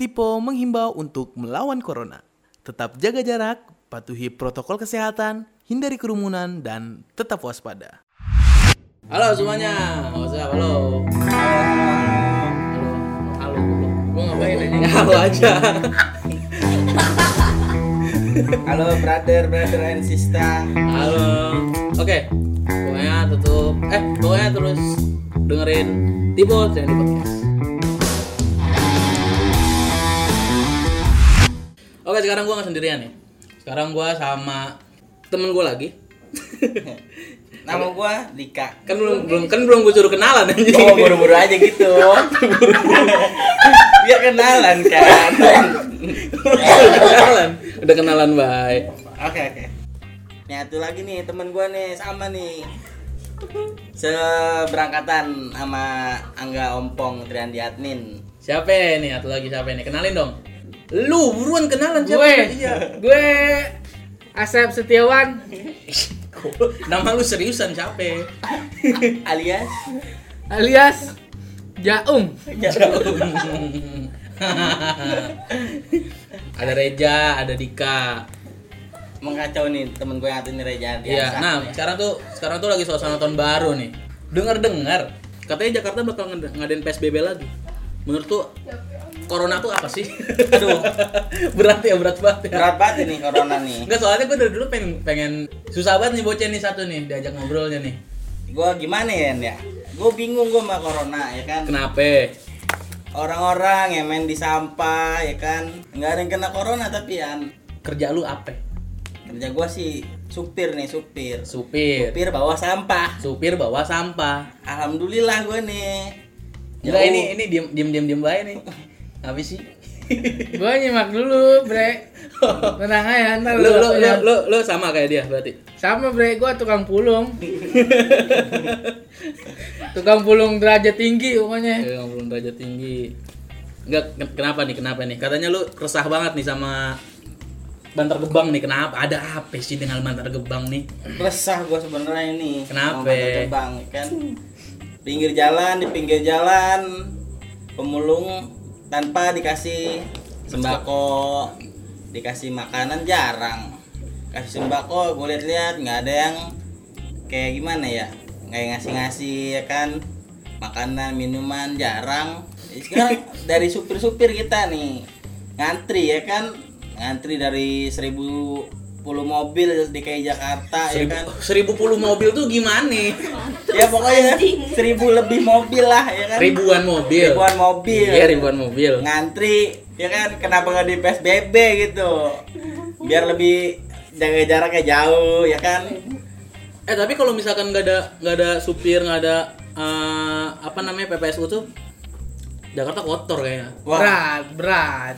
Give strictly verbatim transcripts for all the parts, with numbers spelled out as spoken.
Tipo menghimbau untuk melawan corona. Tetap jaga jarak, patuhi protokol kesehatan, hindari kerumunan, dan tetap waspada. Halo semuanya, WhatsApp, halo. Halo, halo, halo. Gua ngapain aja? Halo aja. Halo brother, brother and sister. Halo. Oke, pokoknya tutup. Eh, pokoknya terus dengerin Tipo Trendy Podcast. Oke, sekarang gua nggak sendirian nih. Sekarang gua sama temen gua lagi. Nama gua Dika. Kan belum belum kan belum gua suruh kenalan anjing. Oh, buru-buru aja gitu. Biar kenalan kan. Udah kenalan, udah kenalan baik. Oke, oke. Nyatu lagi nih temen gua nih, sama nih. Seberangkatan sama Angga Ompong Triandi Admin. Siapa nih? Atau lagi siapa nih? Kenalin dong. Lu buruan kenalan siapa? Gue, Iya. gue Asep Setiawan. Nama lu seriusan siapa? Alias Alias Jaung. Ada Reja, ada Dika. mengkacau nih temen gue yang satu nih Reja. Iya. Nah, sekarang tuh sekarang tuh lagi suasana tahun baru nih. Dengar-dengar katanya Jakarta bakal ngad- ngadain P S B B lagi. Menurut tuh corona tuh apa sih? Aduh, berat ya, berat banget ya. berat banget ini corona nih. Enggak, soalnya gue dari dulu pengen pengen susah banget nih bocah nih satu nih diajak ngobrolnya nih. Gue gimana ya, ya? Gue bingung gue sama corona ya kan. Kenapa? Orang-orang yang main di sampah ya kan, nggak ada yang kena corona tapi ya Kerja lu apa? kerja gue sih supir nih, supir. Supir. Supir bawa sampah. Supir bawa sampah. Alhamdulillah gue nih. Enggak, Jauh. ini ini diem diem diem diem bae nih. Habis sih. Gue nyimak dulu, Bre. Tenang aja, ntar Lu lu lu, ya. lu lu sama kayak dia berarti. Sama, Bre, gue tukang pulung. Tukang pulung derajat tinggi pokoknya. Eh, belum derajat tinggi. Enggak, ken- kenapa nih? Kenapa nih? Katanya lu resah banget nih sama Bantar Gebang nih. Kenapa? Ada apa sih dengan Bantar Gebang nih? Resah gue sebenarnya ini. Kenapa? Mau Bantar Gebang kan. Pinggir jalan, di pinggir jalan pemulung tanpa dikasih sembako, dikasih makanan jarang. Kasih sembako gue lihat-lihat nggak ada yang kayak gimana ya, nggak yang ngasih-ngasih ya kan, makanan minuman jarang. Jadi sekarang dari supir-supir kita nih ngantri ya kan, ngantri dari seribu puluh mobil di D K I Jakarta ya Seribu, kan. seribu puluh mobil tuh gimana? Ya pokoknya seribu lebih mobil lah ya kan. Ribuan mobil. Ribuan mobil. Iya, ribuan mobil. Ngantri ya kan, kenapa nggak di P S B B gitu? Biar lebih jaga jaraknya jauh ya kan. Eh, tapi kalau misalkan nggak ada nggak ada supir, nggak ada eh, apa namanya P P S U tuh, Jakarta kotor kayaknya. Wah, Berat, berat.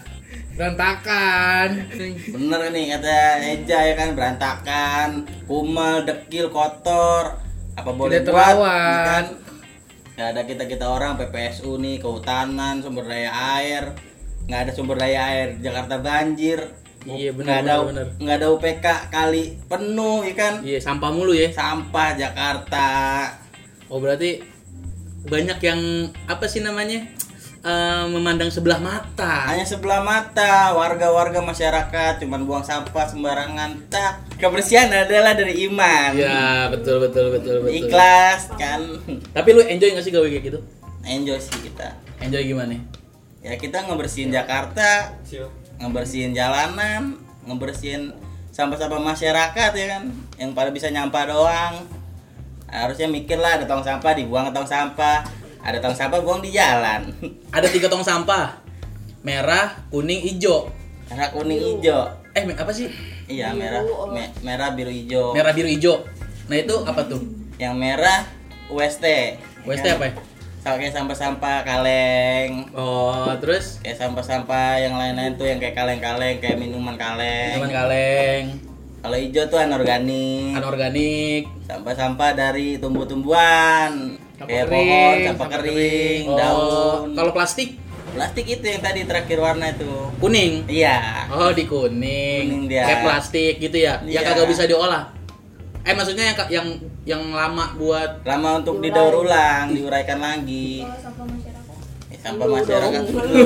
Berantakan. bener nih kata Eja ya kan, berantakan, kumel, dekil, kotor. Apa boleh Tidak buat? terawat. Ya kan? Nggak ada kita kita orang P P S U nih, kehutanan, sumber daya air, nggak ada sumber daya air, Jakarta banjir. Iya, benar, Nggak ada, benar, benar. nggak ada U P K kali penuh ya kan. Iya, sampah mulu ya. Sampah Jakarta. Oh, berarti banyak yang apa sih namanya? Eh, memandang sebelah mata. Hanya sebelah mata, warga-warga masyarakat cuman buang sampah sembarangan. Tak, kebersihan adalah dari iman. Iya, betul betul betul betul. Ikhlas kan. Tapi lu enjoy nggak sih gawe kayak gitu? Enjoy sih kita. Enjoy gimana? Ya kita ngebersihin Jakarta, ngebersihin jalanan, ngebersihin sampah-sampah masyarakat ya kan. Yang pada bisa nyampah doang. Harusnya mikir lah, ada tong sampah dibuang ke tong sampah. Ada tong sampah buang di jalan. Ada tiga tong sampah. Merah, kuning, hijau. Merah, kuning, hijau. Eh, me- apa sih? Iya, merah, me- merah, biru, hijau. Merah, biru, hijau. Nah, itu apa tuh? Yang merah U S T. U S T apa ya? Kayak sampah-sampah kaleng. Oh, terus Kayak sampah-sampah yang lain-lain tuh yang kayak kaleng-kaleng, kayak minuman kaleng. minuman kaleng, Kalau hijau tuh anorganik. anorganik. Sampah-sampah dari tumbuh-tumbuhan. Sampah Kayak kering, pohon, sampah sampah kering, Oh, daun. kalau plastik Plastik itu yang tadi terakhir warna itu. kuning. Iya. Oh, di kuning. Kuning dia. Kayak plastik gitu ya. Yang Iya. kagak bisa diolah. Eh, maksudnya yang ka- yang yang lama buat Lama untuk didaur ulang, diuraikan lagi. Kalau sampah masyarakat. Ya, Sampah masyarakat.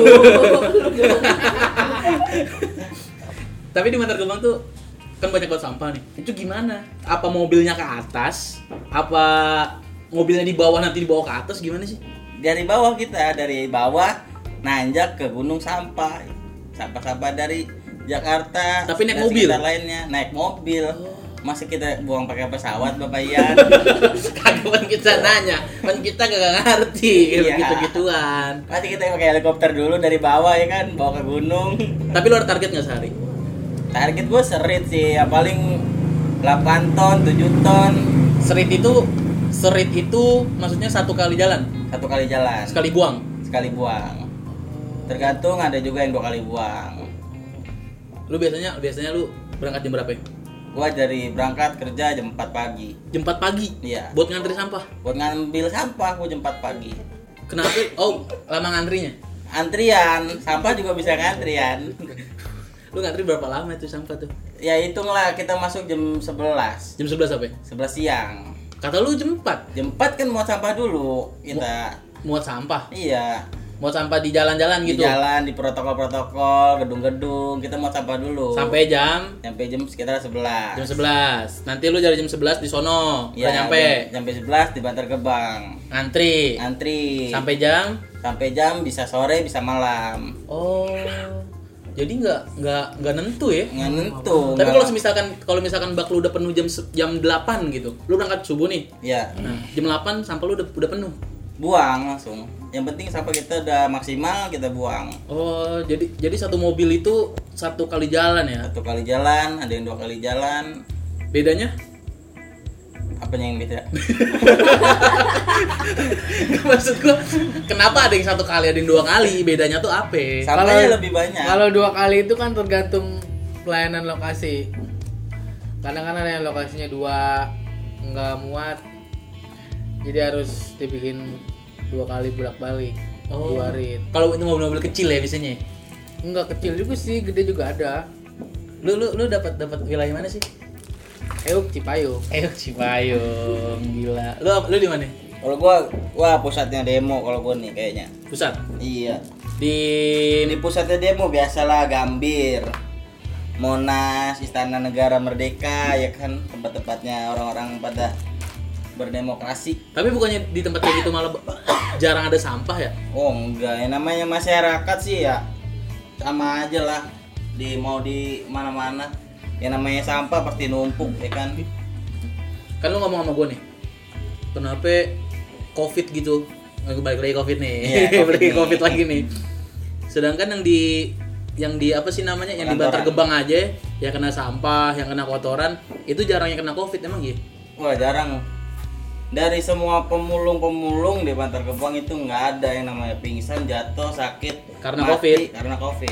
Tapi di Bantar Gebang tuh kan banyak banget sampah nih. Itu gimana? Apa mobilnya ke atas? Apa mobilnya di bawah nanti dibawa ke atas gimana sih? Dari bawah kita, dari bawah nanjak ke gunung sampah. Sampah-sampah dari Jakarta. Tapi naik dan mobil? sekitar lainnya, naik mobil. Masa kita buang pakai pesawat, Bapak Ian? Kagak kan kita nanya, kan kita gak ngerti Iya. gitu-gituan. Pasti kita pakai helikopter dulu dari bawah ya kan, bawa ke gunung. Tapi lu ada target nggak sehari? Target gue serit sih, ya paling delapan ton, tujuh ton. Serit itu, serit itu maksudnya satu kali jalan, Satu kali jalan, sekali buang. sekali buang. Tergantung, ada juga yang dua kali buang. Lu biasanya, biasanya lu berangkat jam berapa? Ya? Gua dari berangkat kerja jam empat pagi. Jam empat pagi. Iya. Buat ngantri sampah. Buat ngambil sampah gua jam empat pagi. Kenapa? Oh, lama ngantrinya. Antrian, sampah juga bisa ngantrian. Lu ngantri berapa lama itu sampah tuh? Ya hitunglah, kita masuk jam sebelas. Jam sebelas apa? Ya? sebelas siang. Kata lu jam empat. Jam empat kan muat sampah dulu kita. Muat sampah. Iya. Muat sampah di jalan-jalan Di gitu. jalan, di protokol-protokol, gedung-gedung, kita muat sampah dulu. Sampai jam Sampai jam sekitar sebelas. jam sebelas. Nanti lu dari jam sebelas di sono. Udah Ya, nyampe. jam, jam sebelas di Bantar Gebang. Ngantri. Antri. Sampai jam. sampai jam bisa sore bisa malam. Oh. Jadi nggak nggak nggak nentu ya? Nggak nentu. Tapi nggak- kalau misalkan kalau misalkan bak lu udah penuh jam se- jam delapan gitu. Lu berangkat subuh nih. ya Nah, jam delapan sampah lu udah udah penuh. buang langsung. Yang penting sampah kita udah maksimal kita buang. Oh, jadi jadi satu mobil itu satu kali jalan ya? Satu kali jalan, ada yang dua kali jalan. Bedanya? Apanya yang beda? Maksud gua, kenapa ada yang satu kali, ada yang dua kali? Bedanya tuh apa? Sampahnya Kalau- lebih banyak. Kalau dua kali itu kan tergantung pelayanan lokasi. Kadang-kadang ada yang lokasinya dua nggak muat, jadi harus dibikin dua kali bolak-balik, Oh. dikeluarin. Kalau itu mobil-mobil kecil ya biasanya. Enggak kecil juga sih, gede juga ada. Lu lu lu dapat dapat wilayah mana sih? Euk Cipayung. Eh, Cipayung, gila. Lu lu di mana? Kalau gua, wah pusatnya demo kalau gua nih kayaknya. Pusat. Iya. Di Di pusatnya demo biasalah Gambir, Monas, Istana Negara Merdeka, ya kan tempat-tempatnya orang-orang pada berdemokrasi. Tapi bukannya di tempat kayak gitu malah jarang ada sampah ya? Oh enggak, yang namanya masyarakat sih ya sama aja lah. Di mau di mana-mana, yang namanya sampah pasti numpuk ya kan. Kan lu ngomong sama gue nih, kenapa covid gitu? Aku balik lagi covid nih, Iya, COVID balik lagi nih. covid lagi nih. Sedangkan yang di yang di apa sih namanya, yang di Bantar Perkantoran. Gebang aja, yang kena sampah, yang kena kotoran, itu jarang yang kena covid emang ya? Wah jarang. Dari semua pemulung-pemulung di Bantar Gebang itu nggak ada yang namanya pingsan, jatuh, sakit Karena mati COVID. Karena covid.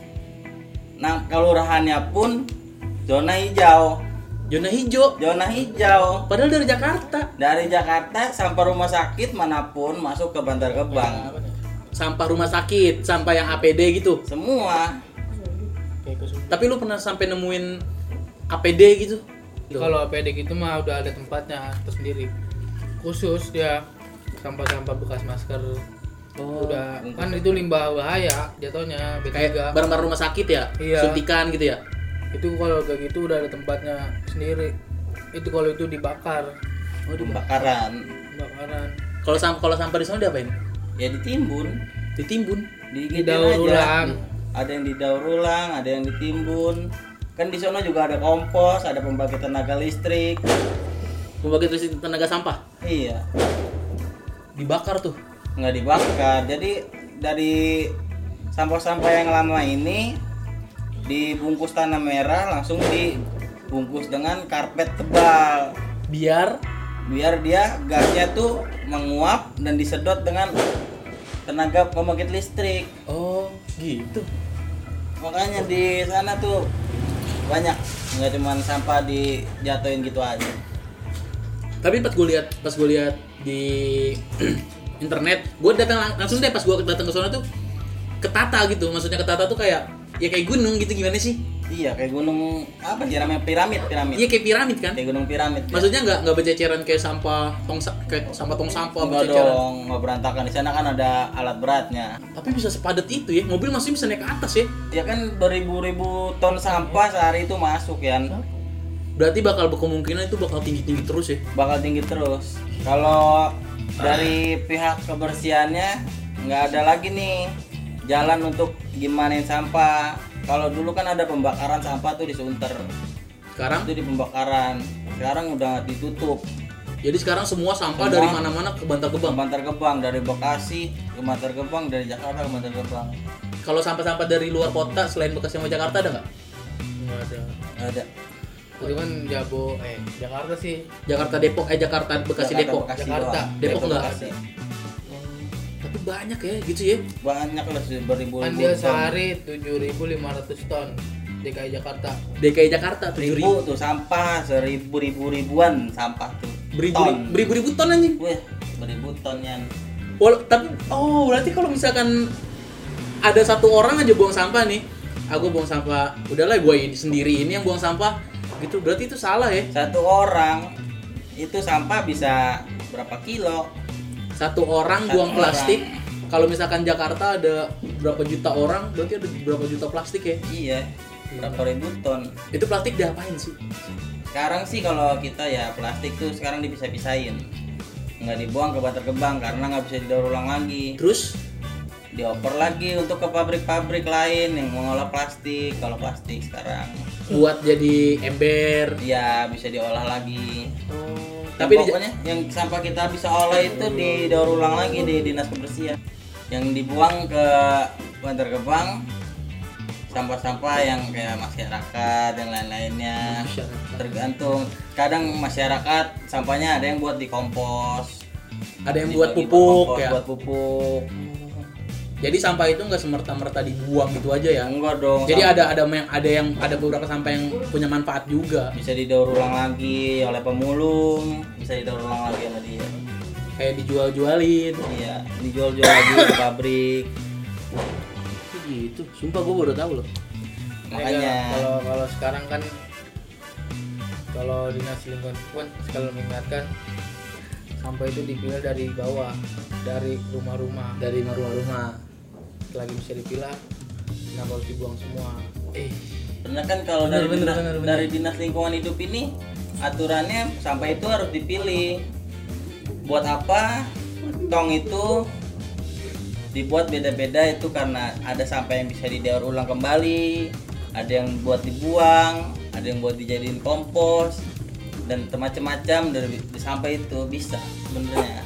Nah kelurahannya pun zona hijau, Zona hijau, zona hijau. padahal dari Jakarta. Dari Jakarta sampai rumah sakit manapun masuk ke Bantar Gebang. Sampah rumah sakit, sampah yang A P D gitu. Semua. Tapi lu pernah sampai nemuin A P D gitu? Kalau A P D gitu mah udah ada tempatnya tersendiri. Khusus dia sampah-sampah bekas masker. Oh, Udah kan itu limbah bahaya jatuhnya B tiga. kayak barang-barang rumah sakit ya? Iya. Suntikan gitu ya? Itu kalau kayak gitu udah ada tempatnya sendiri. Itu kalau itu dibakar, Oh, di Pembakaran. bakaran. Kalau sampah kalau sampah di sana diapain? Ya ditimbun. Ditimbun. Digigitin Didaur aja. ulang. Ada yang didaur ulang, ada yang ditimbun. Kan di sana juga ada kompos, ada pembangkit tenaga listrik. Pembangkit listrik tenaga sampah Iya, dibakar tuh. nggak dibakar. Jadi dari sampah-sampah yang lama ini dibungkus tanah merah, langsung dibungkus dengan karpet tebal. Biar Biar dia gasnya tuh menguap dan disedot dengan tenaga pembangkit listrik. oh gitu. Makanya di sana tuh banyak, nggak cuma sampah dijatuhin gitu aja. Tapi pas gue lihat pas gue lihat di internet, gue datang lang- langsung deh pas gue datang ke sana tuh ketata gitu. Maksudnya ketata tuh kayak ya kayak gunung gitu gimana sih? Iya kayak gunung apa sih namanya piramid piramid. Iya kayak piramid kan? Kayak gunung piramid. Maksudnya nggak nggak berceceran kayak sampah tong sa- kayak sampah tong sampah Enggak berceceran. dong, nggak berantakan. Di sana kan ada alat beratnya. Tapi bisa sepadat itu ya, mobil masih bisa naik ke atas ya. Ya kan beribu-ribu ton sampah sehari itu masuk ya. Berarti bakal berkemungkinan itu bakal tinggi-tinggi terus ya. Bakal tinggi terus. Kalau dari pihak kebersihannya nggak ada lagi nih jalan untuk gimanain sampah. Kalau dulu kan ada pembakaran sampah tuh di Sunter. Sekarang Itu di pembakaran. Sekarang udah ditutup. jadi sekarang semua sampah Semua. dari mana-mana ke Bantar Ke Gebang. Bantar Gebang, dari Bekasi ke Bantar Gebang, dari Jakarta ke Bantar Gebang. Kalau sampah-sampah dari luar kota selain Bekasi sama Jakarta ada nggak? Nggak ada. Ada. Itu kan Jabo, eh Jakarta sih. Jakarta Depok, eh Jakarta Bekasi Jakarta, Depok. Bekasi Jakarta. doang. Depok nggak Bekasi. Tapi banyak ya gitu ya. Banyak lah sih beribu-ribu. Kan dia ton. sehari tujuh ribu lima ratus ton D K I Jakarta. D K I Jakarta tujuh ribu. Ribu tuh sampah, seribu ribu ribuan sampah tuh. Beribu Ton. beribu ribu ton anjing. Wih, beribu ton yan. Wal- tapi oh berarti kalau misalkan ada satu orang aja buang sampah nih, aku buang sampah, udahlah gue sendiri ini yang buang sampah, gitu berarti itu salah ya. Satu orang itu sampah bisa berapa kilo? Satu orang Satu buang orang. plastik. Kalau misalkan Jakarta ada berapa juta orang, berarti ada berapa juta plastik ya? Iya, berapa ribu ton. Itu plastik diapain sih? Sekarang sih kalau kita ya plastik tuh sekarang dipisah-pisahin. Nggak dibuang ke Bantar Gebang karena nggak bisa didaur ulang lagi. Terus Dioper lagi untuk ke pabrik-pabrik lain yang mengolah plastik. Kalau plastik sekarang buat jadi ember. ya bisa diolah lagi. Tapi Tapi di- pokoknya yang sampah kita bisa olah itu didaur ulang lagi di dinas kebersihan. Yang dibuang ke Bantar Gebang sampah-sampah yang kayak masyarakat dan lain-lainnya. Masyarakat. Tergantung. Kadang masyarakat sampahnya ada yang buat di kompos. Ada yang buat Dibagi pupuk kompos, ya. Buat pupuk. Jadi sampah itu nggak semerta-merta dibuang gitu aja ya. Enggak dong. Jadi sampah ada ada yang ada yang ada beberapa sampah yang punya manfaat juga. bisa didaur ulang lagi oleh pemulung, bisa didaur ulang lagi sama dia. Kayak dijual-jualin. Iya, dijual-jual lagi ke pabrik. Gitu. Sumpah gue baru tahu loh. Makanya Ya, kalau kalau sekarang kan kalau dinas lingkungan pun sekali mengingatkan sampah itu dipilah dari bawah, dari rumah-rumah. Dari rumah-rumah. Lagi bisa dipilah, kenapa harus dibuang semua? Eh, bener kan kalau Bener, dari bener, dinas, bener, bener. dari dinas lingkungan hidup ini aturannya sampah itu harus dipilih. Buat apa tong itu dibuat beda-beda itu karena ada sampah yang bisa didaur ulang kembali, ada yang buat dibuang, ada yang buat dijadiin kompos dan macam-macam dari di sampah itu bisa sebenarnya.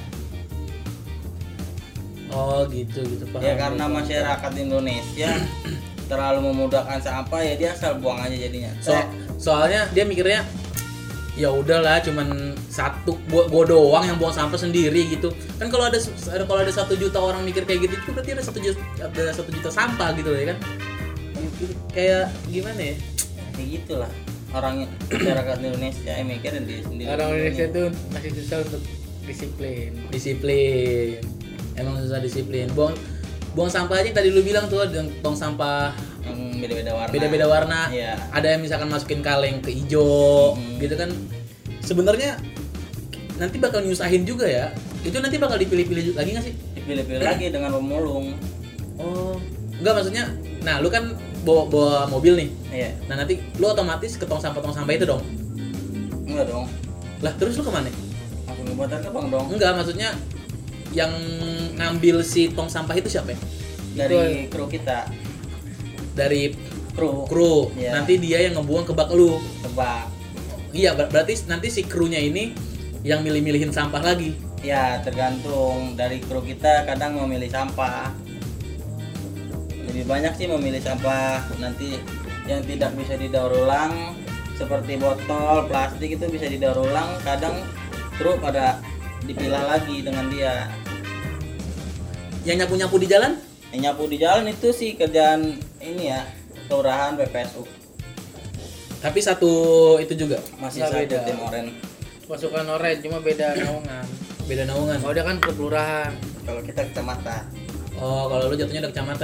oh gitu gitu paham. Ya karena masyarakat Indonesia terlalu memudahkan sampah ya dia asal buang aja jadinya. So, soalnya dia mikirnya ya udahlah cuman satu gua, gua doang yang buang sampah sendiri gitu. Kan kalau ada ada kalau ada satu juta orang mikir kayak gitu itu berarti ada satu juta ada satu juta sampah gitu ya kan. Kayak gimana ya? Kayak gitulah orang masyarakat Indonesia yang mikirin diri sendiri. Orang Indonesia itu masih susah untuk disiplin. Disiplin. Emang susah disiplin. Buang buang sampah aja yang tadi lu bilang tuh ada tong sampah yang beda-beda warna. beda-beda warna. Iya. Ada yang misalkan masukin kaleng ke hijau Hmm. gitu kan. Sebenarnya nanti bakal nyusahin juga ya. Itu nanti bakal dipilih-pilih lagi nggak sih? Dipilih-pilih lagi dengan pemulung. Oh, enggak maksudnya. Nah, lu kan bawa bawa mobil nih. Iya. Nah, nanti lu otomatis ke tong sampah tong sampah itu dong. Enggak dong. Lah, terus lu kemana? Langsung ke Bantar Gebang dong. Enggak, maksudnya yang ngambil si tong sampah itu siapa ya? Dari kru kita. Dari Kru. kru. Iya. Nanti dia yang ngebuang ke bak lu. Tebak. Iya, ber- berarti nanti si krunya ini yang milih-milihin sampah lagi. Ya tergantung dari kru kita kadang memilih sampah. Lebih banyak sih memilih sampah nanti yang tidak bisa didaur ulang seperti botol, plastik itu bisa didaur ulang. Kadang kru pada dipilah lagi dengan dia. Yang nyapu-nyapu di jalan? Yang nyapu di jalan itu sih kerjaan ini ya kelurahan B P S U. Tapi satu itu juga Masih Nggak satu beda. tim oren. Pasukan orange cuma beda naungan. beda naungan. Kalau dia kan kelurahan. Kalau kita kecamatan. Oh, kalau lu jatuhnya udah kecamatan ya?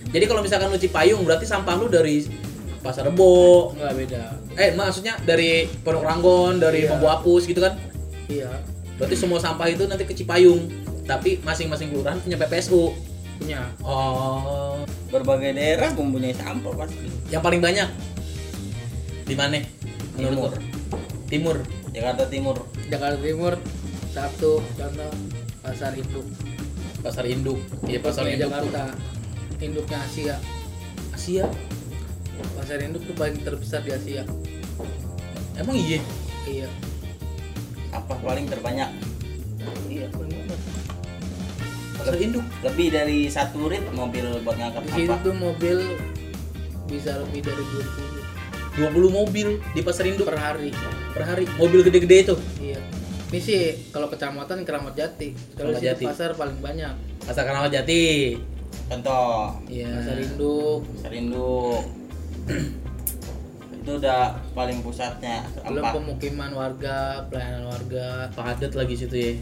Jadi kalau misalkan lu Cipayung berarti sampah lu dari Pasar Rebo. Enggak beda. Eh, maksudnya dari Pondok Ranggon, dari Iya. Mambu Apus gitu kan? Iya, Berarti semua sampah itu nanti ke Cipayung. Tapi masing-masing kelurahan punya P P S U. punya. Oh, Berbagai daerah mempunyai sampah pasti. yang paling banyak di mana? Menurut Timur. lu? Timur. Jakarta Timur. Jakarta Timur satu contoh pasar induk. Pasar Induk. Iya, Pasar Induknya Induk. Jakarta. Induknya Asia. Asia. Pasar induk tuh paling terbesar di Asia. Emang iya? Iya. Sampah paling terbanyak. Iya, paling banyak. Pasar Induk. Lebih dari satu rit mobil buat ngangkat Di situ sampah. tuh mobil bisa lebih dari dua puluh dua puluh mobil di Pasar Induk per hari. per hari. Mobil gede-gede itu. Iya. Ini sih kalau kecamatan Keramat Jati. Kalau Keramat di situ Jati. pasar paling banyak. Pasar Keramat Jati. Contoh, Iya. Pasar induk, Serinduk. Itu udah paling pusatnya belum sampah. pemukiman warga, pelayanan warga. Padat lagi situ ya.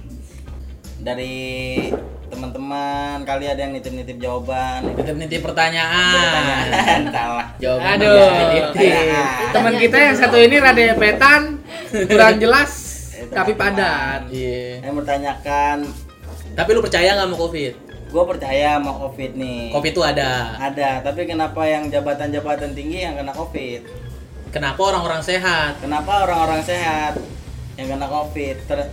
Dari teman-teman kali ada yang nitip-nitip jawaban. Nitip-nitip pertanyaan. Pertanyaan salah. Jawaban Aduh, nitip. teman kita yang satu ini rada petan, kurang jelas, Itu tapi teman. padat. Iya. Yang bertanyakan, Tapi lu percaya nggak sama Covid? gue percaya sama COVID nih. Covid itu ada. Ada, tapi kenapa yang jabatan-jabatan tinggi yang kena COVID? Kenapa orang-orang sehat? Kenapa orang-orang sehat yang kena COVID ter-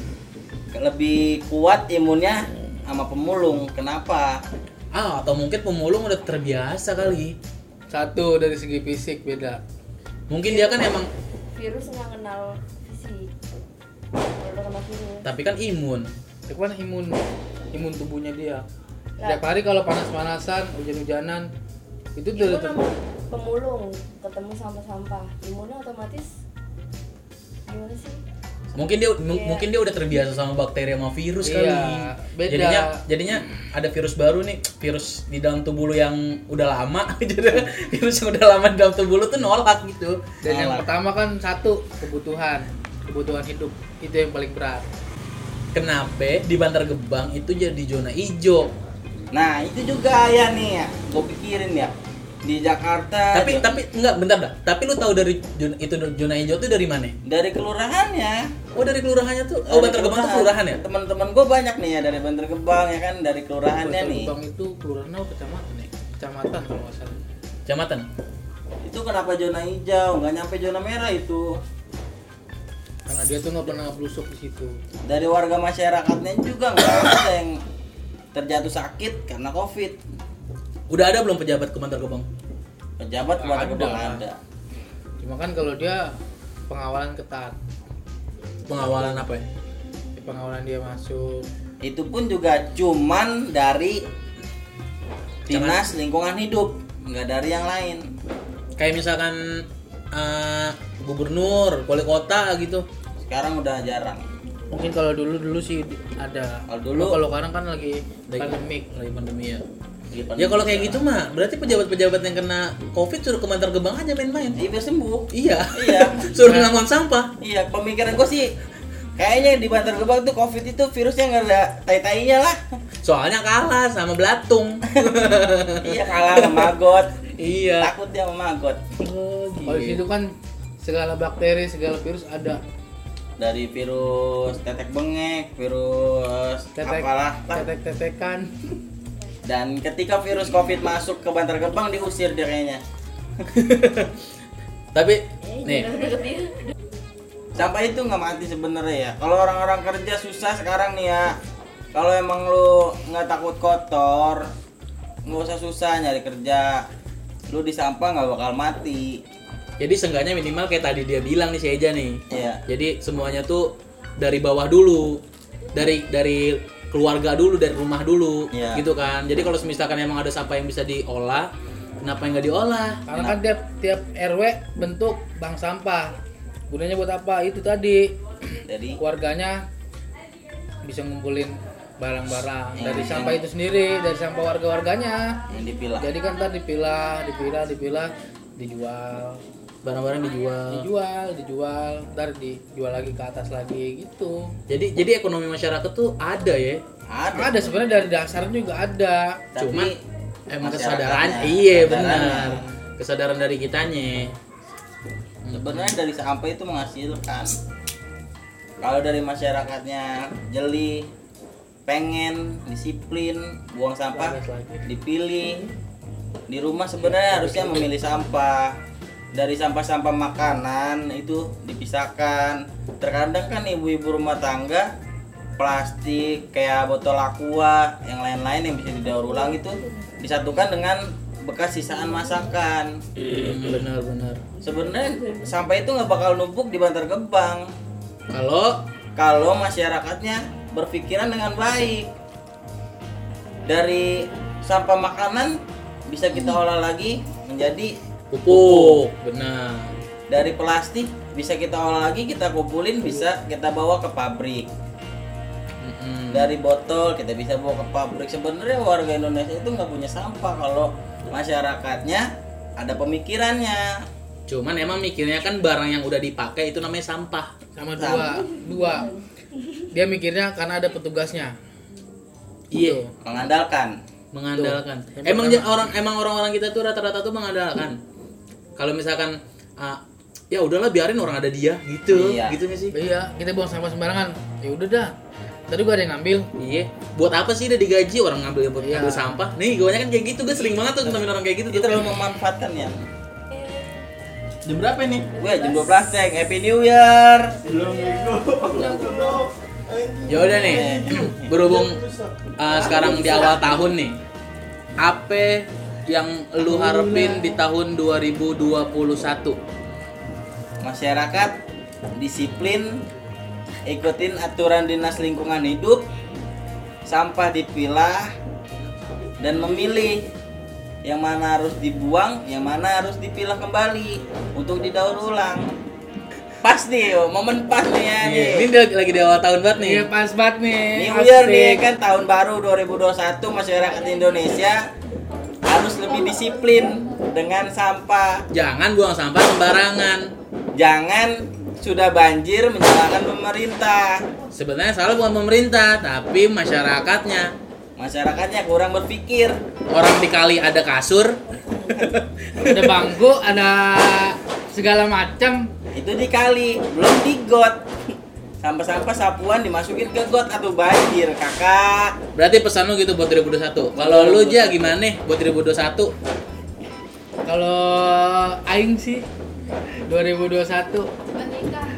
lebih kuat imunnya sama pemulung? Kenapa? Ah, atau mungkin pemulung udah terbiasa kali. Satu dari segi fisik beda. Mungkin dia kan emang, Virus nggak kenal fisik. Kalau udah kena virus. tapi kan imun. Itu kan imun, imun tubuhnya dia. Lah. Setiap hari kalau panas-panasan, hujan-hujanan, itu Imun udah sama pemulung ketemu sama sampah, imunnya otomatis gimana sih? Mungkin dia m- Iya. mungkin dia udah terbiasa sama bakteri sama virus Iya, kali. beda. Jadinya jadinya ada virus baru nih, virus di dalam tubuh lu yang udah lama. Jadi virus yang udah lama di dalam tubuh lu tuh nolak gitu. Dan yang Nolak. pertama kan satu kebutuhan, kebutuhan hidup itu yang paling berat. Kenapa di Bantar Gebang itu jadi zona hijau? Nah, itu juga ya nih ya, gue pikirin ya. Di Jakarta Tapi jo- tapi enggak bentar dah. Tapi lu tahu dari zona, itu zona hijau itu dari mana? dari kelurahannya. Oh, dari kelurahannya tuh. Oh, Bantar Gebang tuh kelurahan ya? Teman-teman gue banyak nih ya dari Bantar Gebang ya kan, dari kelurahannya Bantar nih. Gebang itu kelurahan apa kecamatan ya? Kecamatan kalau nggak salah. Kecamatan. Itu kenapa zona hijau? Nggak nyampe zona merah itu. Karena dia tuh nggak pernah blusuk di situ. Dari warga masyarakatnya juga nggak ada yang terjatuh sakit karena COVID. Udah ada belum pejabat ke Bantar Gebang? Pejabat Bantar Ada. Gebang ada. Cuma kan kalau dia pengawalan ketat, Pengawalan apa ya? ya, pengawalan dia masuk. Itu pun juga cuman dari Dinas Lingkungan Hidup, nggak dari yang lain. Kayak misalkan eh, gubernur, wali kota gitu. Sekarang udah jarang. Mungkin kalau dulu dulu sih ada. Kalau dulu- Cuma kalau sekarang kan lagi Lagi- pandemik. Lagi pandemi ya. Di Ya kalau kayak gitu mah, berarti pejabat-pejabat yang kena Covid suruh ke Bantar Gebang aja main-main. Iya biar sembuh. Iya. Iya. Suruh ngangkut sampah. Iya, pemikiran gue sih kayaknya di Bantar Gebang tuh COVID itu virusnya nggak ada tai-tainya lah. Soalnya kalah sama belatung. Iya kalah sama maggot. Iya. Takut dia sama maggot. Oh, Kalau di situ kan segala bakteri, segala virus ada. Dari virus tetek bengek, virus Tetek, apalah. lah. tetek-tetekan. Dan ketika virus COVID masuk ke Bantar Gebang diusir dia kayaknya. Tapi Eh, nih, jangan deket dia. Sampah itu nggak mati sebenarnya ya. Kalau orang-orang kerja susah sekarang nih ya. Kalau emang lu nggak takut kotor, nggak usah susah nyari kerja. Lu di sampah nggak bakal mati. jadi seenggaknya minimal kayak tadi dia bilang nih si Eja nih. Iya. Jadi semuanya tuh dari bawah dulu. Dari dari keluarga dulu, dari rumah dulu, Iya. gitu kan. Jadi kalau misalkan emang ada sampah yang bisa diolah, kenapa yang nggak diolah? Karena kan tiap tiap R W bentuk bank sampah. Gunanya buat apa? Itu tadi Jadi keluarganya bisa ngumpulin barang-barang Iya, dari iya. sampah itu sendiri, dari sampah warga-warganya. yang dipilah. Jadi kan ntar dipilah, dipilah, dipilah, dijual, Barang-barang dijual. dijual, dijual, ntar dijual lagi ke atas lagi gitu. Jadi jadi ekonomi masyarakat tuh ada ya. Ada. Ada sebenarnya dari dasarnya juga ada. Tapi Cuman- Emang masyarakatnya. kesadaran, iya Kesadarannya. benar. Kesadaran dari kitanya. Sebenarnya dari sampah itu menghasilkan. Kalau dari masyarakatnya jeli, pengen, disiplin, buang sampah, dipilih. Di rumah sebenarnya harusnya memilih sampah. Dari sampah-sampah makanan itu dipisahkan. Terkadang kan ibu-ibu rumah tangga plastik kayak botol aqua, yang lain-lain yang bisa didaur ulang itu disatukan dengan bekas sisaan masakan. Benar-benar. Sebenarnya sampah itu nggak bakal numpuk di Bantar Gebang Kalau kalau masyarakatnya berpikiran dengan baik. Dari sampah makanan bisa kita olah lagi menjadi pupuk, benar. dari plastik bisa kita olah lagi, kita kumpulin, bisa kita bawa ke pabrik. Mm-mm. Dari botol kita bisa bawa ke pabrik. Sebenarnya warga Indonesia itu nggak punya sampah kalau masyarakatnya ada pemikirannya. Cuman emang mikirnya kan barang yang udah dipakai itu namanya sampah. Sama dua, dua. Dia mikirnya karena ada petugasnya. Iya, Mengandalkan. mengandalkan. Tuh. Emang ja- orang emang orang-orang kita tuh rata-rata tuh mengandalkan. Kalau misalkan ah, ya udahlah biarin orang ada dia gitu, Iya. gitu nggak sih? Iya, kita buang sampah sembarangan. Ya udah dah. Tadi gua ada yang ngambil. Iya. Buat apa sih udah digaji orang ngambil buat Iya. ngambil sampah? Nih, gue kan kayak gitu, gue sering banget tuh nemuin orang kayak gitu. Itu terlalu memanfaatkan ya. Jam berapa nih? Gue jam dua belas cek. Happy New Year. Ya udah nih. Berhubung uh, sekarang di awal tahun nih. Apa yang lu harapin di tahun dua ribu dua puluh satu? Masyarakat disiplin, ikutin aturan dinas lingkungan hidup, sampah dipilah dan memilih yang mana harus dibuang, yang mana harus dipilah kembali untuk didaur ulang. Pas nih, oh, momen pas nih ya nih. Ini dia lagi di awal tahun banget nih. Iya pas banget nih. New Year Asik. nih kan tahun baru dua ribu dua puluh satu, masyarakat Indonesia harus lebih disiplin dengan sampah. Jangan buang sampah sembarangan. Jangan sudah banjir menyalahkan pemerintah. Sebenarnya salah bukan pemerintah, tapi masyarakatnya. Masyarakatnya kurang berpikir. Orang di kali ada kasur. Ada bangku, ada segala macam. Itu dikali, belum di got. Sampah-sampah sapuan dimasukin ke got atau banjir, kakak. Berarti pesan lu gitu buat dua ribu dua puluh satu. Kalau lu aja gimana nih buat dua ribu dua puluh satu? Kalau aing sih dua ribu dua puluh satu Menikah.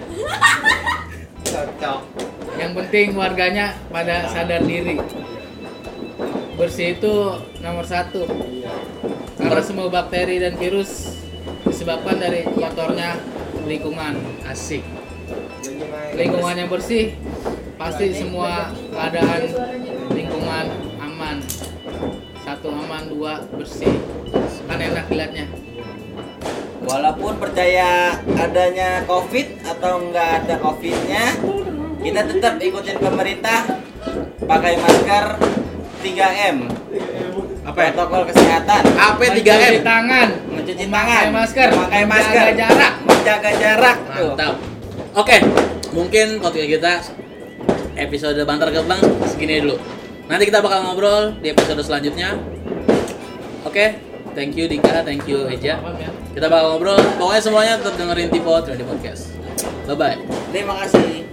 yang penting warganya pada sadar diri. Bersih itu nomor satu. Karena semua bakteri dan virus disebabkan dari kotornya lingkungan. Asik. Lingkungan yang bersih pasti semua keadaan lingkungan aman. Satu aman, dua bersih. Kan enak dilihatnya. Walaupun percaya adanya COVID atau enggak ada COVID-nya, kita tetap ikutin pemerintah, pakai masker tiga M. Apa ya? Protokol kesehatan. A P tiga M. Mencuci tangan, Mencuci memakai tangan, masker, memakai masker, menjaga jarak. menjaga jarak. Tuh. Mantap. Oke, mungkin podcast kita episode Bantar Gebang segini dulu. Nanti kita bakal ngobrol di episode selanjutnya. Oke, thank you Dika, thank you Eja. Kita bakal ngobrol. Pokoknya semuanya tetap dengerin Tipo Trending Podcast. Bye bye. Terima kasih.